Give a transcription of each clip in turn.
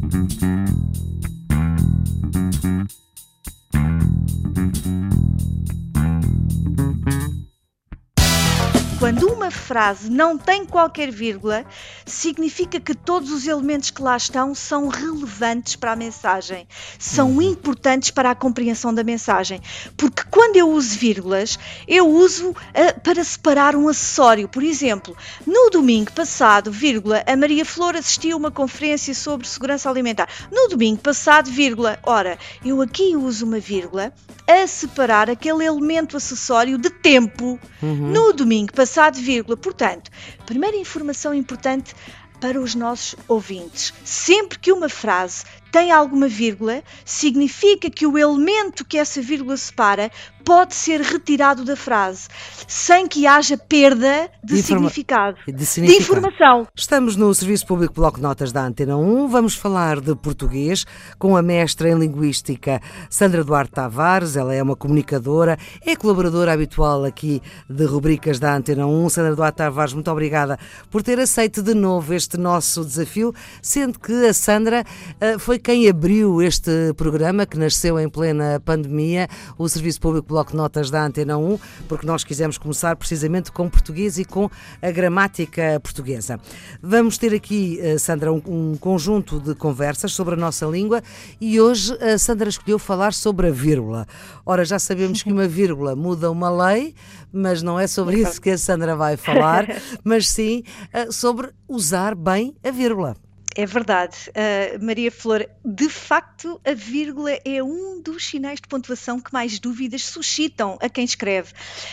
Quando uma frase não tem qualquer vírgula, significa que todos os elementos que lá estão são relevantes para a mensagem, são importantes para a compreensão da mensagem. Porque quando eu uso vírgulas, eu uso para separar um acessório. Por exemplo, no domingo passado, vírgula, a Maria Flor assistiu a uma conferência sobre segurança alimentar. No domingo passado, vírgula, ora, eu aqui uso uma vírgula a separar aquele elemento acessório de tempo. No domingo passado, vírgula. Portanto, primeira informação importante para os nossos ouvintes. Sempre que uma frase tem alguma vírgula, significa que o elemento que essa vírgula separa pode ser retirado da frase, sem que haja perda de significado, de informação. Estamos no Serviço Público Bloco de Notas da Antena 1. Vamos falar de português com a mestra em Linguística Sandra Duarte Tavares. Ela é uma comunicadora, é colaboradora habitual aqui de rubricas da Antena 1. Sandra Duarte Tavares, muito obrigada por ter aceito de novo este nosso desafio, sendo que a Sandra foi quem abriu este programa que nasceu em plena pandemia, o Serviço Público Bloco de Notas da Antena 1, porque nós quisemos começar precisamente com português e com a gramática portuguesa. Vamos ter aqui, Sandra, um conjunto de conversas sobre a nossa língua e hoje a Sandra escolheu falar sobre a vírgula. Ora, já sabemos que uma vírgula muda uma lei, mas não é sobre isso que a Sandra vai falar, mas sim sobre usar bem a vírgula. É verdade, Maria Flor, de facto a vírgula é um dos sinais de pontuação que mais dúvidas suscitam a quem escreve,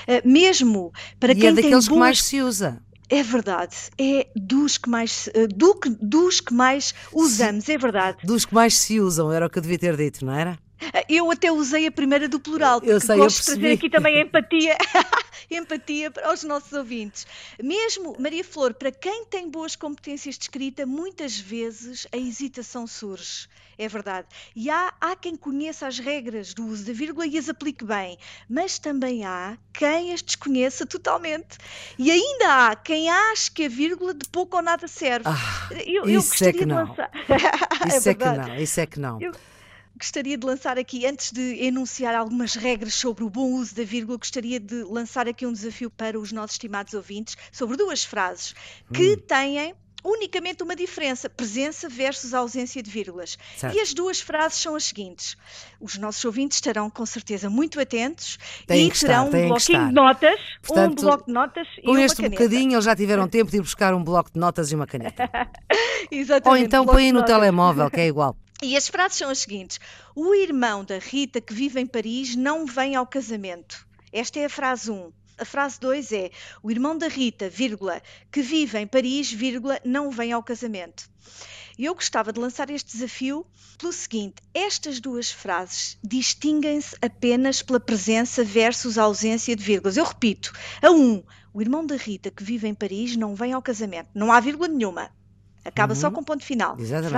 mesmo para quem tem daqueles que mais se usa. É verdade, é dos que mais, dos que mais usamos, é verdade. Dos que mais se usam, era o que eu devia ter dito, não era? Eu até usei a primeira do plural, porque gosto de trazer aqui também a empatia, empatia para os nossos ouvintes. Mesmo, Maria Flor, para quem tem boas competências de escrita, muitas vezes a hesitação surge, é verdade. E há quem conheça as regras do uso da vírgula e as aplique bem, mas também há quem as desconheça totalmente. E ainda há quem ache que a vírgula de pouco ou nada serve. Eu gostaria de lançar... Isso é que não. Gostaria de lançar aqui, antes de enunciar algumas regras sobre o bom uso da vírgula, gostaria de lançar aqui um desafio para os nossos estimados ouvintes sobre duas frases que têm unicamente uma diferença, presença versus ausência de vírgulas. Certo. E as duas frases são as seguintes. Os nossos ouvintes estarão com certeza muito atentos e terão um bloquinho de notas, portanto, um bloco de notas e uma caneta. Com este bocadinho eles já tiveram tempo de ir buscar um bloco de notas e uma caneta. Exatamente. Ou então põe no telemóvel, que é igual. E as frases são as seguintes. O irmão da Rita que vive em Paris não vem ao casamento. Esta é a frase 1. A frase 2 é: o irmão da Rita, vírgula, que vive em Paris, vírgula, não vem ao casamento. E eu gostava de lançar este desafio pelo seguinte: estas duas frases distinguem-se apenas pela presença versus a ausência de vírgulas. Eu repito, a 1, o irmão da Rita que vive em Paris não vem ao casamento. Não há vírgula nenhuma. Acaba só com ponto final. Exatamente.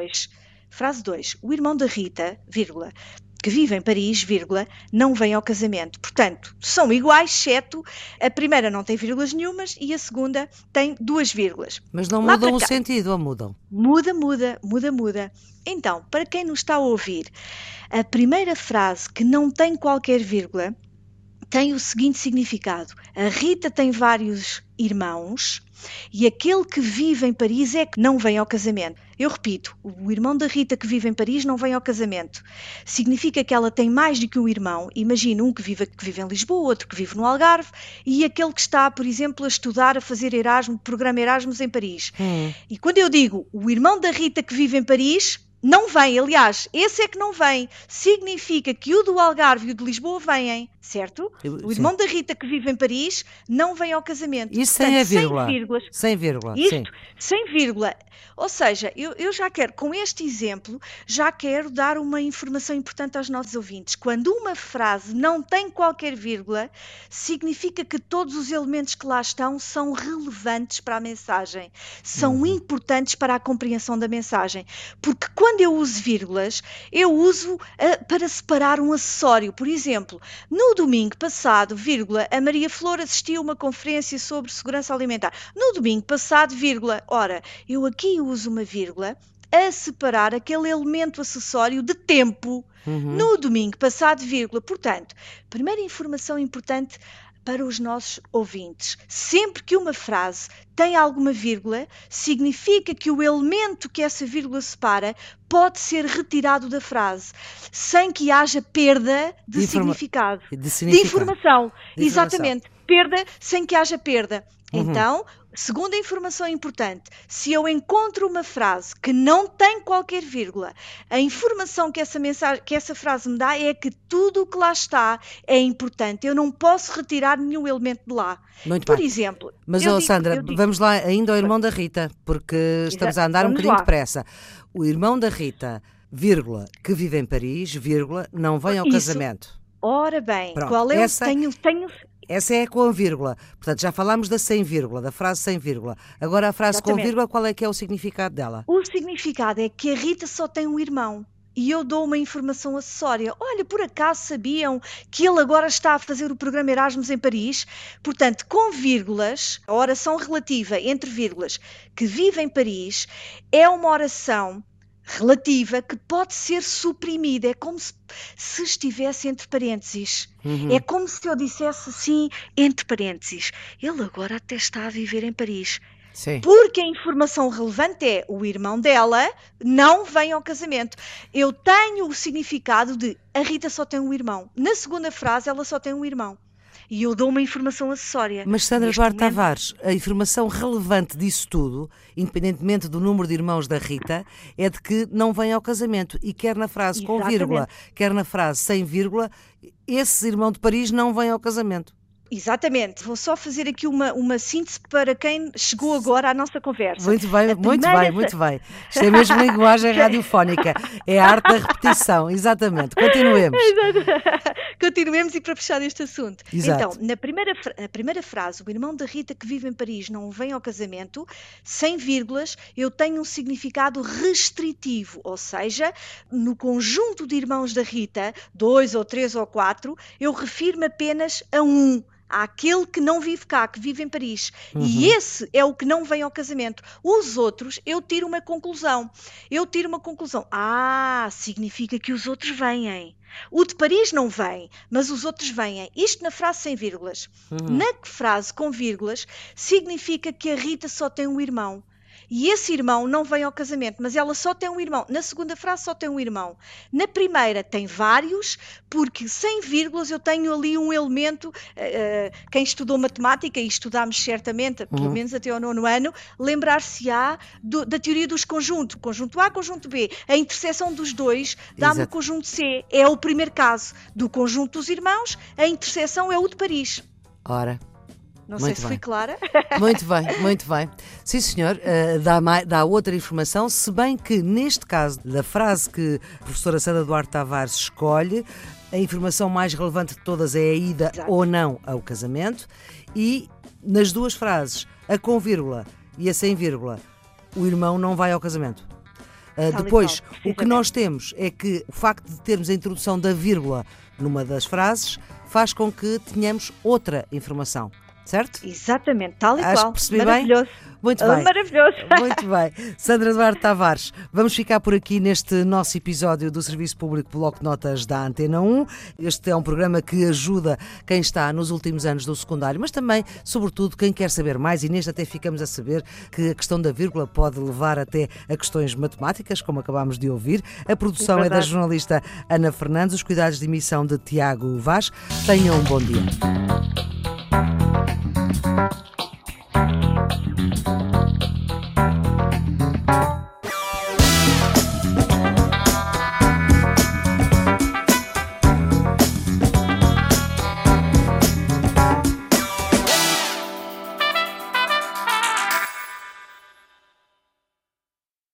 Frase 2, o irmão da Rita, vírgula, que vive em Paris, vírgula, não vem ao casamento. Portanto, são iguais, exceto a primeira não tem vírgulas nenhumas e a segunda tem duas vírgulas. Mas não mudam o sentido, ou mudam? Muda. Então, para quem nos está a ouvir, a primeira frase que não tem qualquer vírgula tem o seguinte significado: a Rita tem vários irmãos e aquele que vive em Paris é que não vem ao casamento. Eu repito, o irmão da Rita que vive em Paris não vem ao casamento. Significa que ela tem mais do que um irmão. Imagina um que vive em Lisboa, outro que vive no Algarve e aquele que está, por exemplo, a estudar, a fazer Erasmus, programa Erasmus em Paris. E quando eu digo o irmão da Rita que vive em Paris, não vem, aliás, esse é que não vem. Significa que o do Algarve e o de Lisboa vêm, certo? O irmão da Rita que vive em Paris não vem ao casamento. Isso sem a vírgula. Sem vírgulas. Sem vírgula, isto, sim. Sem vírgula. Ou seja, eu já quero, com este exemplo, já quero dar uma informação importante aos nossos ouvintes. Quando uma frase não tem qualquer vírgula, significa que todos os elementos que lá estão são relevantes para a mensagem, são importantes para a compreensão da mensagem. Porque quando eu uso vírgulas, eu uso para separar um acessório. Por exemplo, no domingo passado, vírgula, a Maria Flor assistiu a uma conferência sobre segurança alimentar. No domingo passado, vírgula, ora, eu aqui uso uma vírgula a separar aquele elemento acessório de tempo no domingo passado, vírgula. Portanto, primeira informação importante para os nossos ouvintes. Sempre que uma frase tem alguma vírgula, significa que o elemento que essa vírgula separa pode ser retirado da frase, sem que haja perda de significado. De informação. Exatamente. Perda sem que haja perda. Então, segunda informação importante, se eu encontro uma frase que não tem qualquer vírgula, a informação que essa frase me dá é que tudo o que lá está é importante. Eu não posso retirar nenhum elemento de lá. Por exemplo... Mas, Sandra, vamos lá ainda ao irmão da Rita, porque estamos a andar um bocadinho depressa. O irmão da Rita, vírgula, que vive em Paris, vírgula, não vem ao casamento. Ora bem, pronto, qual é Essa é com a vírgula. Portanto, já falámos da sem vírgula, da frase sem vírgula. Agora a frase com vírgula, qual é que é o significado dela? O significado é que a Rita só tem um irmão. E eu dou uma informação acessória. Olha, por acaso sabiam que ele agora está a fazer o programa Erasmus em Paris? Portanto, com vírgulas, a oração relativa entre vírgulas, que vive em Paris, é uma oração relativa que pode ser suprimida. É como se estivesse entre parênteses. É como se eu dissesse assim, entre parênteses, ele agora até está a viver em Paris. Sim. Porque a informação relevante é o irmão dela não vem ao casamento. Eu tenho o significado de a Rita só tem um irmão. Na segunda frase ela só tem um irmão. E eu dou uma informação acessória. Mas, Sandra Duarte Tavares, a informação relevante disso tudo, independentemente do número de irmãos da Rita, é de que não vem ao casamento. E quer na frase com vírgula, quer na frase sem vírgula, esse irmão de Paris não vem ao casamento. Exatamente. Vou só fazer aqui uma síntese para quem chegou agora à nossa conversa. Muito bem, muito bem. Isto é mesmo linguagem radiofónica. É a arte da repetição. Exatamente. Continuemos. Continuemos e para fechar este assunto. Exato. Então, na primeira frase, o irmão da Rita que vive em Paris não vem ao casamento, sem vírgulas, eu tenho um significado restritivo, ou seja, no conjunto de irmãos da Rita, 2 ou 3 ou 4, eu refiro-me apenas a um. Àquele que não vive cá, que vive em Paris. E esse é o que não vem ao casamento. Os outros, eu tiro uma conclusão. Significa que os outros vêm. O de Paris não vem, mas os outros vêm. Isto na frase sem vírgulas. Na frase com vírgulas, significa que a Rita só tem um irmão. E esse irmão não vem ao casamento, mas ela só tem um irmão. Na segunda frase só tem um irmão. Na primeira tem vários, porque sem vírgulas eu tenho ali um elemento, quem estudou matemática, e estudámos certamente, pelo menos até ao 9º ano, lembrar-se-á da teoria dos conjuntos. Conjunto A, conjunto B. A interseção dos dois dá-me o conjunto C. É o primeiro caso. Do conjunto dos irmãos, a interseção é o de Paris. Ora... Não sei se fui clara. Muito bem. Sim, senhor, dá outra informação, se bem que neste caso da frase que a professora Sandra Duarte Tavares escolhe, a informação mais relevante de todas é a ida ou não ao casamento, e nas duas frases, a com vírgula e a sem vírgula, o irmão não vai ao casamento. Depois, o que nós temos é que o facto de termos a introdução da vírgula numa das frases faz com que tenhamos outra informação. Certo? Exatamente, tal e Acho qual. Que percebi maravilhoso. Bem? Muito bem. Maravilhoso. Muito bem. Sandra Duarte Tavares, vamos ficar por aqui neste nosso episódio do Serviço Público Bloco de Notas da Antena 1. Este é um programa que ajuda quem está nos últimos anos do secundário, mas também, sobretudo, quem quer saber mais, e neste até ficamos a saber que a questão da vírgula pode levar até a questões matemáticas, como acabámos de ouvir. A produção é da jornalista Ana Fernandes, os cuidados de emissão de Tiago Vaz. Tenham um bom dia.